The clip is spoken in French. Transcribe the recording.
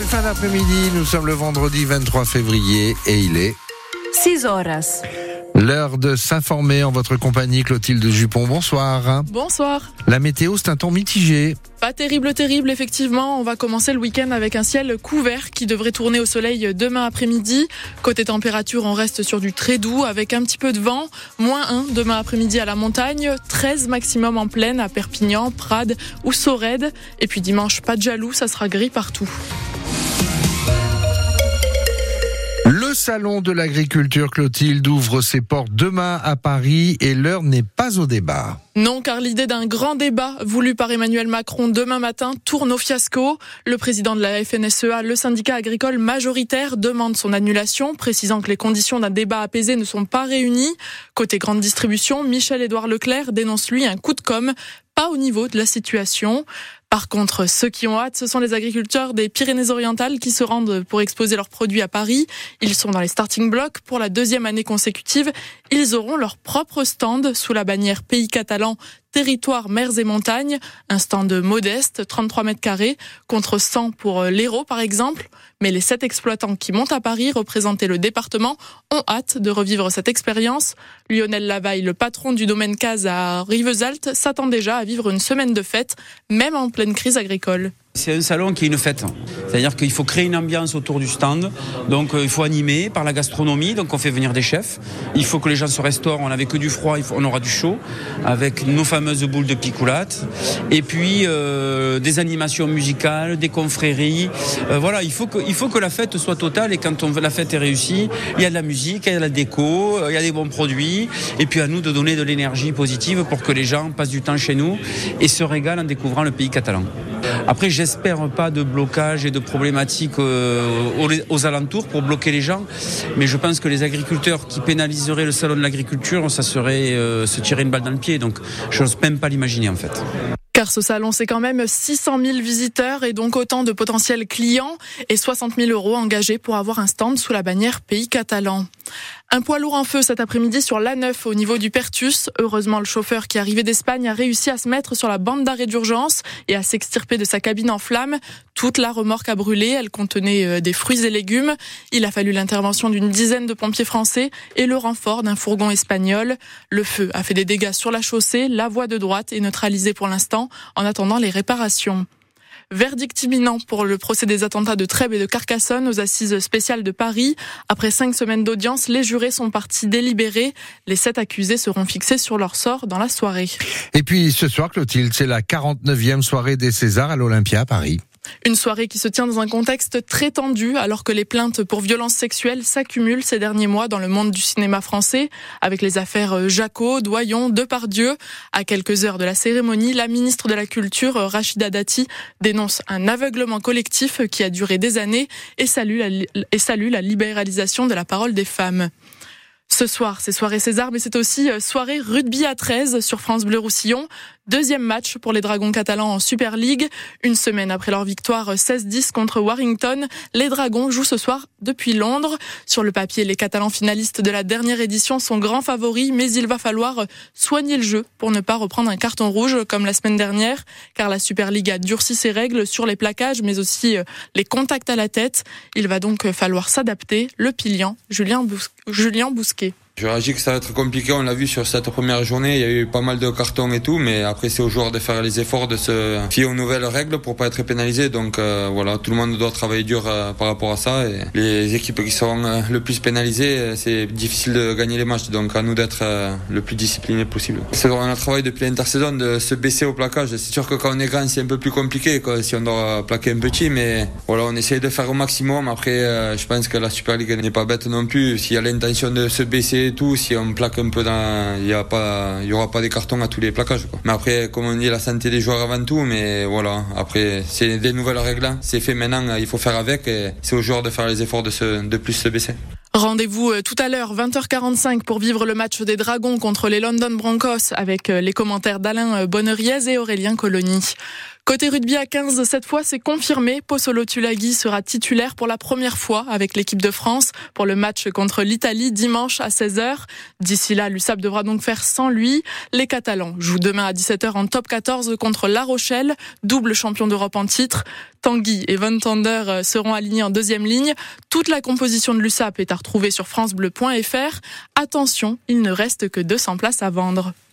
fin d'après-midi, nous sommes le vendredi 23 février et il est 6 horas. L'heure de s'informer en votre compagnie. Clotilde Jupon, bonsoir. Bonsoir. La météo, c'est un temps mitigé. Pas terrible, effectivement. On va commencer le week-end avec un ciel couvert qui devrait tourner au soleil demain après-midi. Côté température, on reste sur du très doux avec un petit peu de vent. -1 demain après-midi à la montagne, 13 maximum en plaine à Perpignan, Prades ou Sorède. Et puis dimanche, pas de jaloux, ça sera gris partout. Le salon de l'agriculture, Clotilde, ouvre ses portes demain à Paris et l'heure n'est pas au débat. Non, car l'idée d'un grand débat voulu par Emmanuel Macron demain matin tourne au fiasco. Le président de la FNSEA, le syndicat agricole majoritaire, demande son annulation, précisant que les conditions d'un débat apaisé ne sont pas réunies. Côté grande distribution, Michel-Édouard Leclerc dénonce lui un coup de com', pas au niveau de la situation. Par contre, ceux qui ont hâte, ce sont les agriculteurs des Pyrénées-Orientales qui se rendent pour exposer leurs produits à Paris. Ils sont dans les starting blocks pour la 2e année consécutive. Ils auront leur propre stand sous la bannière Pays Catalan, Territoire, Mers et Montagnes. Un stand modeste, 33 mètres carrés, contre 100 pour l'Hérault par exemple. Mais les 7 exploitants qui montent à Paris représenter le département ont hâte de revivre cette expérience. Lionel Lavaille, le patron du domaine Case à Rivesaltes, s'attend déjà à vivre une semaine de fête, même en pleine crise agricole. C'est un salon qui est une fête, c'est-à-dire qu'il faut créer une ambiance autour du stand, donc il faut animer par la gastronomie, donc on fait venir des chefs, il faut que les gens se restaurent, on n'avait que du froid, on aura du chaud, avec nos fameuses boules de picoulate, et puis des animations musicales, des confréries, voilà, il faut que la fête soit totale, et quand la fête est réussie, il y a de la musique, il y a de la déco, il y a des bons produits, et puis à nous de donner de l'énergie positive pour que les gens passent du temps chez nous et se régalent en découvrant le pays catalan. Après, j'espère pas de blocage et de problématiques aux alentours pour bloquer les gens, mais je pense que les agriculteurs qui pénaliseraient le salon de l'agriculture, ça serait se tirer une balle dans le pied, donc je n'ose même pas l'imaginer en fait. Car ce salon, c'est quand même 600 000 visiteurs et donc autant de potentiels clients et 60 000 € engagés pour avoir un stand sous la bannière Pays Catalan. Un poids lourd en feu cet après-midi sur l'A9 au niveau du Pertus. Heureusement, le chauffeur qui arrivait d'Espagne a réussi à se mettre sur la bande d'arrêt d'urgence et à s'extirper de sa cabine en flammes. Toute la remorque a brûlé, elle contenait des fruits et légumes. Il a fallu l'intervention d'une dizaine de pompiers français et le renfort d'un fourgon espagnol. Le feu a fait des dégâts sur la chaussée, la voie de droite est neutralisée pour l'instant en attendant les réparations. Verdict imminent pour le procès des attentats de Trèbes et de Carcassonne aux assises spéciales de Paris. Après 5 semaines d'audience, les jurés sont partis délibérer. Les 7 accusés seront fixés sur leur sort dans la soirée. Et puis ce soir, Clotilde, c'est la 49e soirée des Césars à l'Olympia à Paris. Une soirée qui se tient dans un contexte très tendu alors que les plaintes pour violences sexuelles s'accumulent ces derniers mois dans le monde du cinéma français avec les affaires Jacquot, Doyon, Depardieu. À quelques heures de la cérémonie, la ministre de la Culture, Rachida Dati, dénonce un aveuglement collectif qui a duré des années et salue la libéralisation de la parole des femmes. Ce soir, c'est soirée César, mais c'est aussi soirée rugby à 13 sur France Bleu Roussillon. 2e match pour les Dragons catalans en Super League. Une semaine après leur victoire 16-10 contre Warrington, les Dragons jouent ce soir depuis Londres. Sur le papier, les Catalans finalistes de la dernière édition sont grands favoris, mais il va falloir soigner le jeu pour ne pas reprendre un carton rouge comme la semaine dernière, car la Super League a durci ses règles sur les plaquages, mais aussi les contacts à la tête. Il va donc falloir s'adapter. Le Pilian, Julien Bousquet. Je réagis que ça va être compliqué, on l'a vu sur cette première journée, il y a eu pas mal de cartons et tout, mais après c'est aux joueurs de faire les efforts, de se fier aux nouvelles règles pour pas être pénalisés, donc voilà, tout le monde doit travailler dur par rapport à ça, et les équipes qui seront le plus pénalisées, c'est difficile de gagner les matchs, donc à nous d'être le plus disciplinés possible. On a travaillé depuis l'intersaison de se baisser au plaquage, c'est sûr que quand on est grand c'est un peu plus compliqué, quoi, si on doit plaquer un petit, mais voilà, on essaie de faire au maximum, après je pense que la Super League n'est pas bête non plus, s'il y a l'intention de se baisser et tout, si on plaque un peu il y aura pas des cartons à tous les plaquages, quoi. Mais après, comme on dit, la santé des joueurs avant tout, mais voilà, après c'est des nouvelles règles, hein. C'est fait maintenant, il faut faire avec, et c'est aux joueurs de faire les efforts de plus se baisser. Rendez-vous tout à l'heure, 20h45, pour vivre le match des Dragons contre les London Broncos avec les commentaires d'Alain Bonneriez et Aurélien Colony. Côté rugby à 15, cette fois c'est confirmé. Posolo Tulagi sera titulaire pour la première fois avec l'équipe de France pour le match contre l'Italie dimanche à 16h. D'ici là, l'USAP devra donc faire sans lui. Les Catalans jouent demain à 17h en top 14 contre La Rochelle, double champion d'Europe en titre. Tanguy et Van Tonder seront alignés en deuxième ligne. Toute la composition de l'USAP est à retrouver sur francebleu.fr. Attention, il ne reste que 200 places à vendre.